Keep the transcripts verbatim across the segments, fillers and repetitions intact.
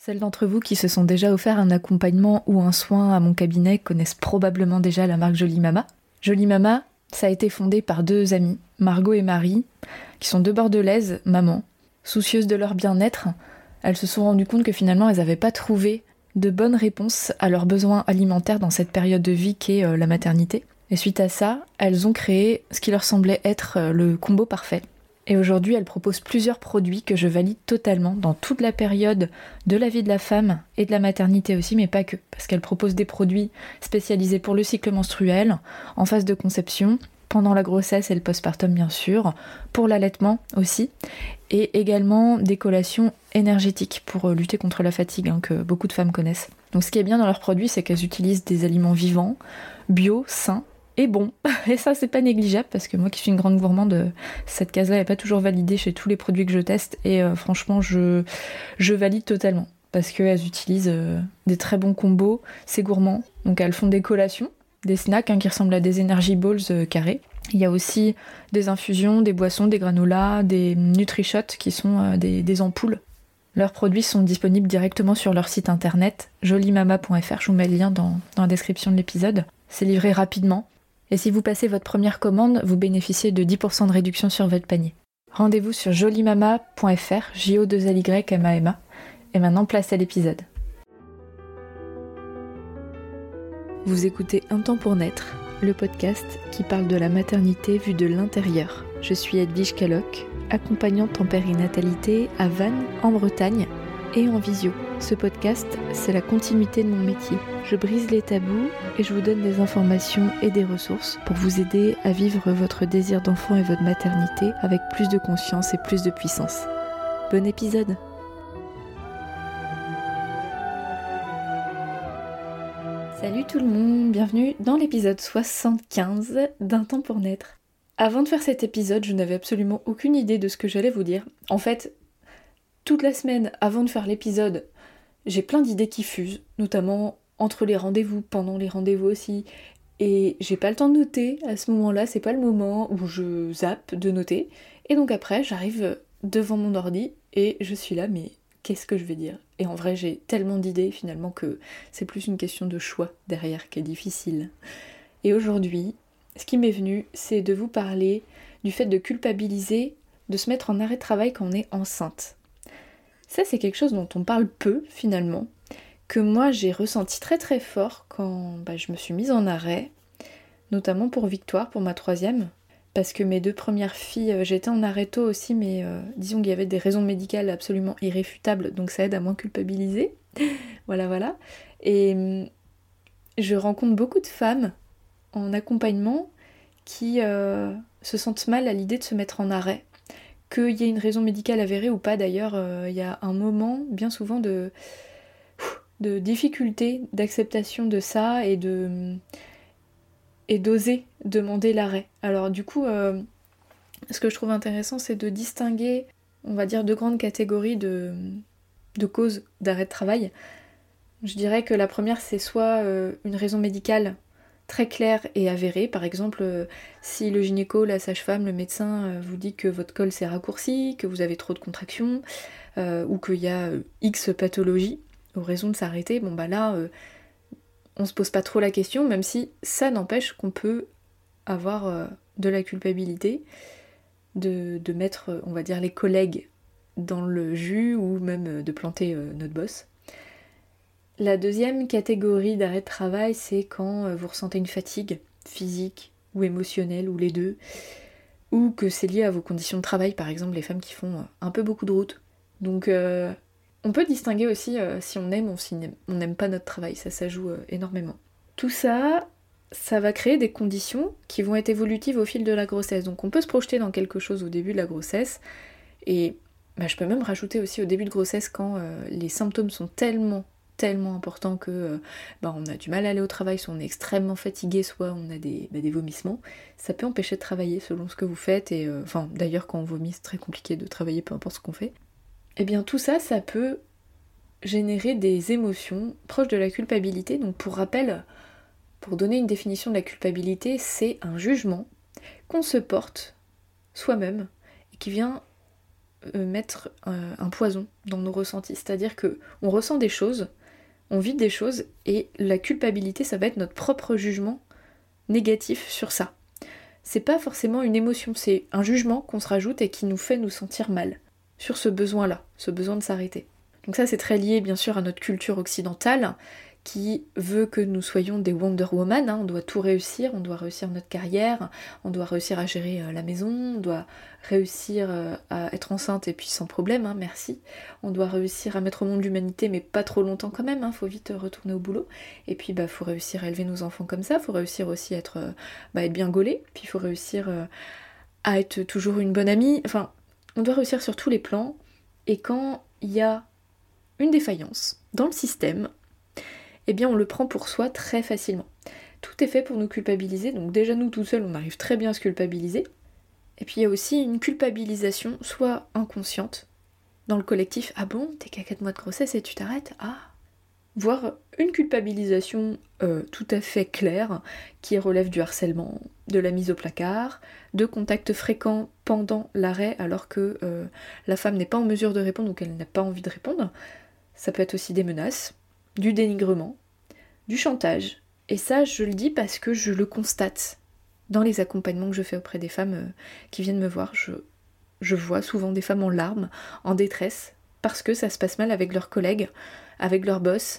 Celles d'entre vous qui se sont déjà offert un accompagnement ou un soin à mon cabinet connaissent probablement déjà la marque Jolie Mama. Jolie Mama, ça a été fondé par deux amies, Margot et Marie, qui sont deux bordelaises, mamans. Soucieuses de leur bien-être, elles se sont rendues compte que finalement elles n'avaient pas trouvé de bonnes réponses à leurs besoins alimentaires dans cette période de vie qu'est euh, la maternité. Et suite à ça, elles ont créé ce qui leur semblait être euh, le combo parfait. Et aujourd'hui, elles proposent plusieurs produits que je valide totalement dans toute la période de la vie de la femme et de la maternité aussi, mais pas que. Parce qu'elles proposent des produits spécialisés pour le cycle menstruel, en phase de conception, pendant la grossesse et le postpartum bien sûr, pour l'allaitement aussi, et également des collations énergétiques pour lutter contre la fatigue hein, que beaucoup de femmes connaissent. Donc ce qui est bien dans leurs produits, c'est qu'elles utilisent des aliments vivants, bio, sains, et bon, et ça c'est pas négligeable parce que moi qui suis une grande gourmande, cette case-là n'est pas toujours validée chez tous les produits que je teste et euh, franchement je, je valide totalement parce qu'elles utilisent euh, des très bons combos, c'est gourmand, donc elles font des collations, des snacks hein, qui ressemblent à des energy balls euh, carrés. Il y a aussi des infusions, des boissons, des granolas, des nutri-shots qui sont euh, des, des ampoules. Leurs produits sont disponibles directement sur leur site internet jolimama point f r, je vous mets le lien dans, dans la description de l'épisode. C'est livré rapidement. Et si vous passez votre première commande, vous bénéficiez de dix pour cent de réduction sur votre panier. Rendez-vous sur jolimama point f r, J O deux L Y M A M A. Et maintenant, place à l'épisode. Vous écoutez Un temps pour naître, le podcast qui parle de la maternité vue de l'intérieur. Je suis Edwige Caloc, accompagnante en périnatalité à Vannes, en Bretagne, et en visio. Ce podcast, c'est la continuité de mon métier. Je brise les tabous et je vous donne des informations et des ressources pour vous aider à vivre votre désir d'enfant et votre maternité avec plus de conscience et plus de puissance. Bon épisode! Salut tout le monde, bienvenue dans l'épisode soixante-quinze d'Un temps pour naître. Avant de faire cet épisode, je n'avais absolument aucune idée de ce que j'allais vous dire. En fait, toute la semaine avant de faire l'épisode, j'ai plein d'idées qui fusent, notamment entre les rendez-vous, pendant les rendez-vous aussi, et j'ai pas le temps de noter à ce moment-là, c'est pas le moment où je zappe de noter, et donc après j'arrive devant mon ordi et je suis là, mais qu'est-ce que je vais dire? Et en vrai j'ai tellement d'idées finalement que c'est plus une question de choix derrière qui est difficile. Et aujourd'hui, ce qui m'est venu, c'est de vous parler du fait de culpabiliser, de se mettre en arrêt de travail quand on est enceinte. Ça, c'est quelque chose dont on parle peu, finalement, que moi, j'ai ressenti très très fort quand bah, je me suis mise en arrêt, notamment pour Victoire, pour ma troisième, parce que mes deux premières filles, euh, j'étais en arrêt tôt aussi, mais euh, disons qu'il y avait des raisons médicales absolument irréfutables, donc ça aide à moins culpabiliser. Voilà, voilà. Et euh, je rencontre beaucoup de femmes en accompagnement qui euh, se sentent mal à l'idée de se mettre en arrêt. Qu'il y ait une raison médicale avérée ou pas d'ailleurs, euh, il y a un moment bien souvent de, de difficulté d'acceptation de ça et de et d'oser demander l'arrêt. Alors du coup, euh, ce que je trouve intéressant, c'est de distinguer, on va dire, deux grandes catégories de, de causes d'arrêt de travail. Je dirais que la première, c'est soit euh, une raison médicale très clair et avéré, par exemple euh, si le gynéco, la sage-femme, le médecin euh, vous dit que votre col s'est raccourci, que vous avez trop de contractions, euh, ou qu'il y a euh, X pathologie, ou raison de s'arrêter, bon bah là euh, on se pose pas trop la question, même si ça n'empêche qu'on peut avoir euh, de la culpabilité, de, de mettre, euh, on va dire, les collègues dans le jus, ou même euh, de planter euh, notre boss. La deuxième catégorie d'arrêt de travail, c'est quand vous ressentez une fatigue physique ou émotionnelle, ou les deux, ou que c'est lié à vos conditions de travail, par exemple les femmes qui font un peu beaucoup de route. Donc euh, on peut distinguer aussi euh, si on aime ou si on n'aime pas notre travail, ça, ça joue euh, énormément. Tout ça, ça va créer des conditions qui vont être évolutives au fil de la grossesse. Donc on peut se projeter dans quelque chose au début de la grossesse, et bah, je peux même rajouter aussi au début de grossesse quand euh, les symptômes sont tellement tellement important que euh, bah, on a du mal à aller au travail, soit on est extrêmement fatigué, soit on a des, bah, des vomissements. Ça peut empêcher de travailler selon ce que vous faites, et euh, enfin d'ailleurs quand on vomit c'est très compliqué de travailler peu importe ce qu'on fait. Et bien tout ça, ça peut générer des émotions proches de la culpabilité. Donc pour rappel, pour donner une définition de la culpabilité, c'est un jugement qu'on se porte soi-même et qui vient euh, mettre euh, un poison dans nos ressentis. C'est-à-dire que on ressent des choses, on vit des choses, et la culpabilité, ça va être notre propre jugement négatif sur ça. C'est pas forcément une émotion, c'est un jugement qu'on se rajoute et qui nous fait nous sentir mal sur ce besoin-là, ce besoin de s'arrêter. Donc ça, c'est très lié bien sûr à notre culture occidentale qui veut que nous soyons des Wonder Woman, hein. On doit tout réussir, on doit réussir notre carrière, on doit réussir à gérer euh, la maison, on doit réussir euh, à être enceinte et puis sans problème, hein, merci. On doit réussir à mettre au monde l'humanité, mais pas trop longtemps quand même, hein, faut vite euh, retourner au boulot. Et puis bah faut réussir à élever nos enfants comme ça, faut réussir aussi à être, euh, bah, être bien gaulé, puis il faut réussir euh, à être toujours une bonne amie, enfin, on doit réussir sur tous les plans, et quand il y a une défaillance dans le système, eh bien on le prend pour soi très facilement. Tout est fait pour nous culpabiliser, donc déjà nous tout seuls on arrive très bien à se culpabiliser, et puis il y a aussi une culpabilisation, soit inconsciente, dans le collectif, ah bon, t'es qu'à quatre mois de grossesse et tu t'arrêtes, ah, voire une culpabilisation euh, tout à fait claire, qui relève du harcèlement, de la mise au placard, de contacts fréquents pendant l'arrêt alors que euh, la femme n'est pas en mesure de répondre ou qu'elle n'a pas envie de répondre. Ça peut être aussi des menaces, du dénigrement, du chantage. Et ça, je le dis parce que je le constate dans les accompagnements que je fais auprès des femmes euh, qui viennent me voir. Je, je vois souvent des femmes en larmes, en détresse, parce que ça se passe mal avec leurs collègues, avec leur boss.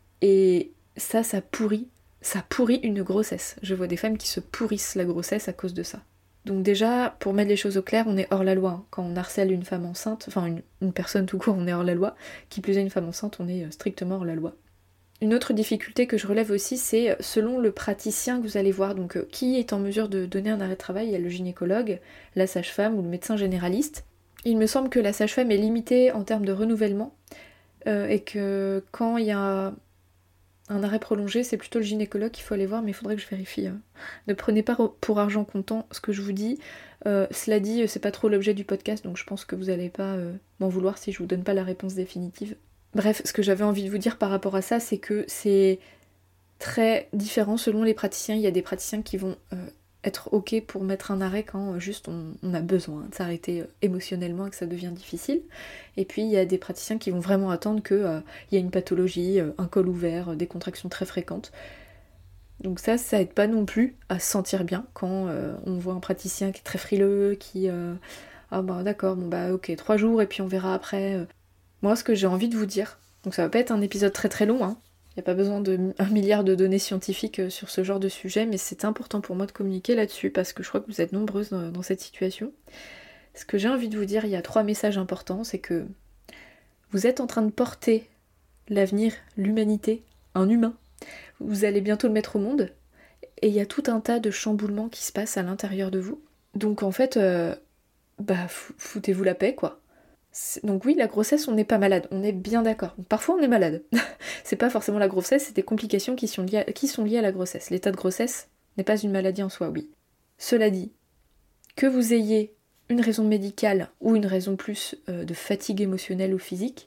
Et ça, ça pourrit, ça pourrit une grossesse. Je vois des femmes qui se pourrissent la grossesse à cause de ça. Donc déjà, pour mettre les choses au clair, on est hors la loi. Hein. Quand on harcèle une femme enceinte, enfin une, une personne tout court, on est hors la loi. Qui plus est une femme enceinte, on est strictement hors la loi. Une autre difficulté que je relève aussi, c'est selon le praticien que vous allez voir. Donc qui est en mesure de donner un arrêt de travail? Il y a le gynécologue, la sage-femme ou le médecin généraliste. Il me semble que la sage-femme est limitée en termes de renouvellement euh, et que quand il y a un arrêt prolongé, c'est plutôt le gynécologue qu'il faut aller voir, mais il faudrait que je vérifie. Hein. Ne prenez pas pour argent comptant ce que je vous dis. Euh, cela dit, c'est pas trop l'objet du podcast, donc je pense que vous n'allez pas euh, m'en vouloir si je vous donne pas la réponse définitive. Bref, ce que j'avais envie de vous dire par rapport à ça, c'est que c'est très différent selon les praticiens. Il y a des praticiens qui vont euh, être ok pour mettre un arrêt quand euh, juste on, on a besoin de s'arrêter euh, émotionnellement et que ça devient difficile. Et puis il y a des praticiens qui vont vraiment attendre qu'il euh, y ait une pathologie, euh, un col ouvert, euh, des contractions très fréquentes. Donc ça, ça aide pas non plus à se sentir bien quand euh, on voit un praticien qui est très frileux, qui... Euh, ah bah d'accord, bon bah ok, trois jours et puis on verra après... Euh. Moi, ce que j'ai envie de vous dire, donc ça va pas être un épisode très très long, hein, il n'y a pas besoin de un milliard de données scientifiques sur ce genre de sujet, mais c'est important pour moi de communiquer là-dessus, parce que je crois que vous êtes nombreuses dans, dans cette situation. Ce que j'ai envie de vous dire, il y a trois messages importants, c'est que vous êtes en train de porter l'avenir, l'humanité, un humain. Vous allez bientôt le mettre au monde, et il y a tout un tas de chamboulements qui se passent à l'intérieur de vous. Donc en fait, euh, bah foutez-vous la paix, quoi. Donc oui, la grossesse, on n'est pas malade, on est bien d'accord. Parfois on est malade. C'est pas forcément la grossesse, c'est des complications qui sont, liées à, qui sont liées à la grossesse. L'état de grossesse n'est pas une maladie en soi, oui. Cela dit, que vous ayez une raison médicale ou une raison plus euh, de fatigue émotionnelle ou physique,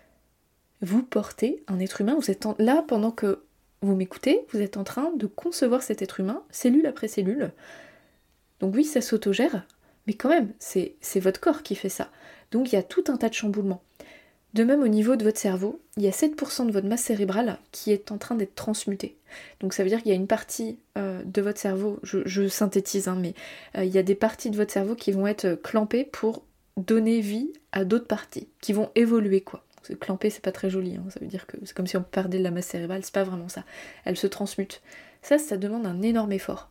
vous portez un être humain, vous êtes en... là pendant que vous m'écoutez, vous êtes en train de concevoir cet être humain, cellule après cellule. Donc oui, ça s'autogère, mais quand même, c'est, c'est votre corps qui fait ça. Donc il y a tout un tas de chamboulements. De même au niveau de votre cerveau, il y a sept pour cent de votre masse cérébrale qui est en train d'être transmutée. Donc ça veut dire qu'il y a une partie euh, de votre cerveau, je, je synthétise, hein, mais euh, il y a des parties de votre cerveau qui vont être clampées pour donner vie à d'autres parties, qui vont évoluer quoi. Clamper, c'est pas très joli, hein, ça veut dire que c'est comme si on perdait de la masse cérébrale, c'est pas vraiment ça. Elle se transmute. Ça, ça demande un énorme effort.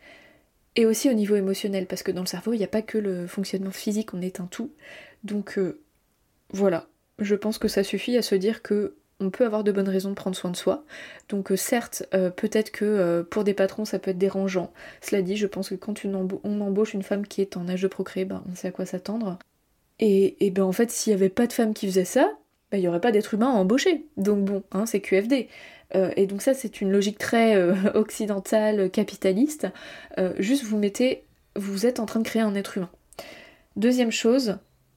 Et aussi au niveau émotionnel, parce que dans le cerveau, il n'y a pas que le fonctionnement physique, on est un tout. Donc euh, voilà, je pense que ça suffit à se dire que on peut avoir de bonnes raisons de prendre soin de soi. Donc euh, certes, euh, peut-être que euh, pour des patrons ça peut être dérangeant. Cela dit, je pense que quand une emba- on embauche une femme qui est en âge de procréer, ben, on sait à quoi s'attendre. Et, et ben en fait, s'il n'y avait pas de femme qui faisait ça, ben, il n'y aurait pas d'être humain à embaucher. Donc bon, hein, c'est Q F D. Euh, et donc ça, c'est une logique très euh, occidentale, capitaliste. Euh, juste vous mettez, vous êtes en train de créer un être humain. Deuxième chose,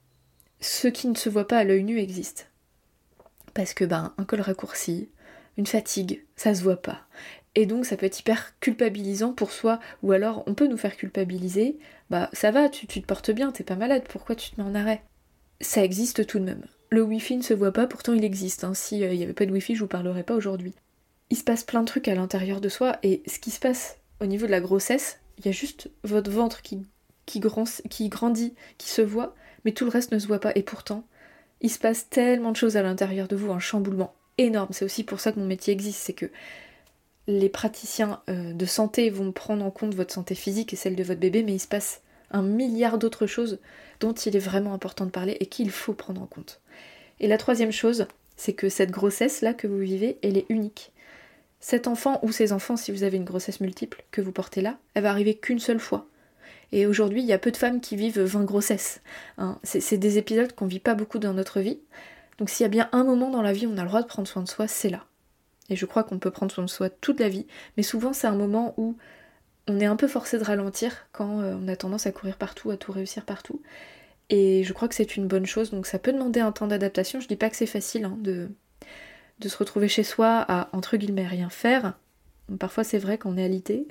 ce qui ne se voit pas à l'œil nu existe. Parce que ben un col raccourci, une fatigue, ça se voit pas. Et donc ça peut être hyper culpabilisant pour soi, ou alors on peut nous faire culpabiliser, bah ça va, tu, tu te portes bien, t'es pas malade, pourquoi tu te mets en arrêt? ça existe tout de même. Le Wi-Fi ne se voit pas, pourtant il existe. Hein. Si il n'y avait pas de Wi-Fi, je vous parlerais pas aujourd'hui. Il se passe plein de trucs à l'intérieur de soi, et ce qui se passe au niveau de la grossesse, il y a juste votre ventre qui, qui, grand, qui grandit, qui se voit, mais tout le reste ne se voit pas. Et pourtant, il se passe tellement de choses à l'intérieur de vous, un chamboulement énorme. C'est aussi pour ça que mon métier existe, c'est que les praticiens euh, de santé vont prendre en compte votre santé physique et celle de votre bébé, mais il se passe un milliard d'autres choses dont il est vraiment important de parler et qu'il faut prendre en compte. Et la troisième chose, c'est que cette grossesse-là que vous vivez, elle est unique. Cet enfant ou ces enfants, si vous avez une grossesse multiple que vous portez là, elle va arriver qu'une seule fois. Et aujourd'hui, il y a peu de femmes qui vivent vingt grossesses. Hein. C'est, c'est des épisodes qu'on vit pas beaucoup dans notre vie. Donc s'il y a bien un moment dans la vie où on a le droit de prendre soin de soi, c'est là. Et je crois qu'on peut prendre soin de soi toute la vie, mais souvent c'est un moment où on est un peu forcé de ralentir quand euh, on a tendance à courir partout, à tout réussir partout. Et je crois que c'est une bonne chose, donc ça peut demander un temps d'adaptation. Je dis pas que c'est facile hein, de, de se retrouver chez soi à, entre guillemets, rien faire. Parfois c'est vrai qu'on est alité,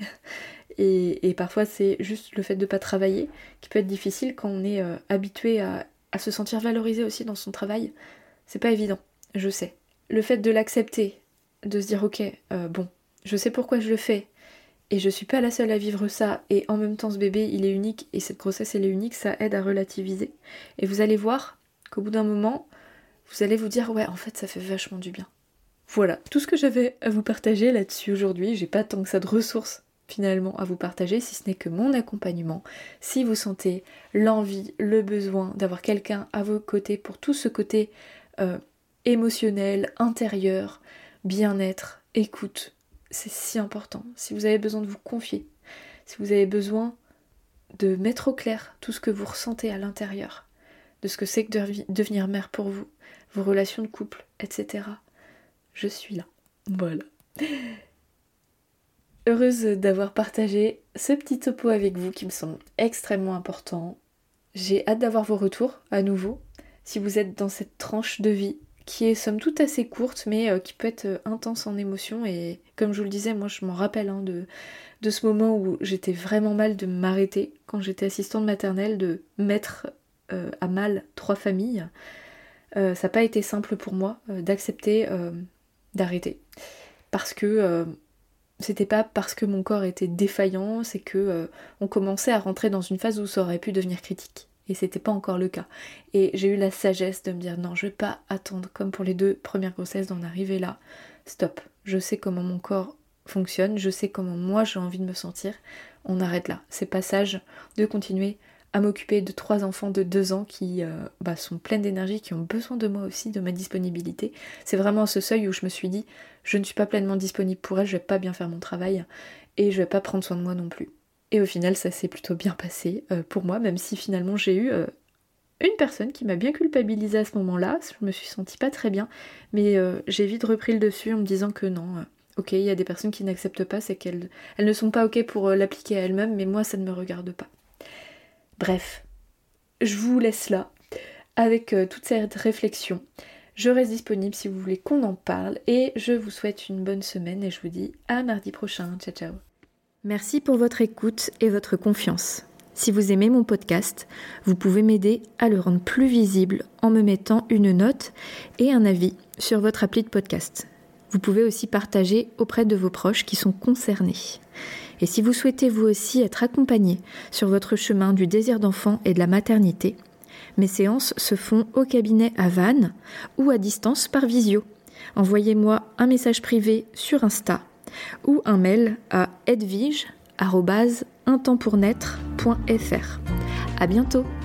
et, et parfois c'est juste le fait de pas travailler qui peut être difficile quand on est euh, habitué à, à se sentir valorisé aussi dans son travail. C'est pas évident, je sais. Le fait de l'accepter, de se dire ok, euh, bon, je sais pourquoi je le fais, et je suis pas la seule à vivre ça, et en même temps ce bébé il est unique, et cette grossesse elle est unique, ça aide à relativiser. Et vous allez voir qu'au bout d'un moment, vous allez vous dire ouais en fait ça fait vachement du bien. Voilà, tout ce que j'avais à vous partager là-dessus aujourd'hui, j'ai pas tant que ça de ressources finalement à vous partager, si ce n'est que mon accompagnement. Si vous sentez l'envie, le besoin d'avoir quelqu'un à vos côtés pour tout ce côté euh, émotionnel, intérieur, bien-être, écoute, c'est si important. Si vous avez besoin de vous confier, si vous avez besoin de mettre au clair tout ce que vous ressentez à l'intérieur, de ce que c'est que de devenir mère pour vous, vos relations de couple, et cetera, je suis là. Voilà. Heureuse d'avoir partagé ce petit topo avec vous qui me semble extrêmement important. J'ai hâte d'avoir vos retours à nouveau, si vous êtes dans cette tranche de vie qui est somme toute assez courte, mais euh, qui peut être euh, intense en émotion. Et comme je vous le disais, moi je m'en rappelle hein, de, de ce moment où j'étais vraiment mal de m'arrêter, quand j'étais assistante maternelle, de mettre euh, à mal trois familles. Euh, ça n'a pas été simple pour moi euh, d'accepter euh, d'arrêter. Parce que euh, c'était pas parce que mon corps était défaillant, c'est que euh, on commençait à rentrer dans une phase où ça aurait pu devenir critique. Et c'était pas encore le cas. Et j'ai eu la sagesse de me dire non, je vais pas attendre comme pour les deux premières grossesses d'en arriver là. Stop. Je sais comment mon corps fonctionne, je sais comment moi j'ai envie de me sentir. On arrête là. C'est pas sage de continuer à m'occuper de trois enfants de deux ans qui euh, bah, sont pleines d'énergie, qui ont besoin de moi aussi, de ma disponibilité. C'est vraiment à ce seuil où je me suis dit je ne suis pas pleinement disponible pour elle, je vais pas bien faire mon travail et je vais pas prendre soin de moi non plus. Et au final, ça s'est plutôt bien passé euh, pour moi, même si finalement j'ai eu euh, une personne qui m'a bien culpabilisée à ce moment-là. Je me suis sentie pas très bien, mais euh, j'ai vite repris le dessus en me disant que non, euh, ok, il y a des personnes qui n'acceptent pas, c'est qu'elles elles ne sont pas ok pour euh, l'appliquer à elles-mêmes, mais moi ça ne me regarde pas. Bref, je vous laisse là, avec euh, toute cette réflexion. Je reste disponible si vous voulez qu'on en parle, et je vous souhaite une bonne semaine, et je vous dis à mardi prochain. Ciao ciao. Merci pour votre écoute et votre confiance. Si vous aimez mon podcast, vous pouvez m'aider à le rendre plus visible en me mettant une note et un avis sur votre appli de podcast. Vous pouvez aussi partager auprès de vos proches qui sont concernés. Et si vous souhaitez vous aussi être accompagné sur votre chemin du désir d'enfant et de la maternité, mes séances se font au cabinet à Vannes ou à distance par visio. Envoyez-moi un message privé sur Insta ou un mail à edwige arobase un temps pour naître point f r. À bientôt!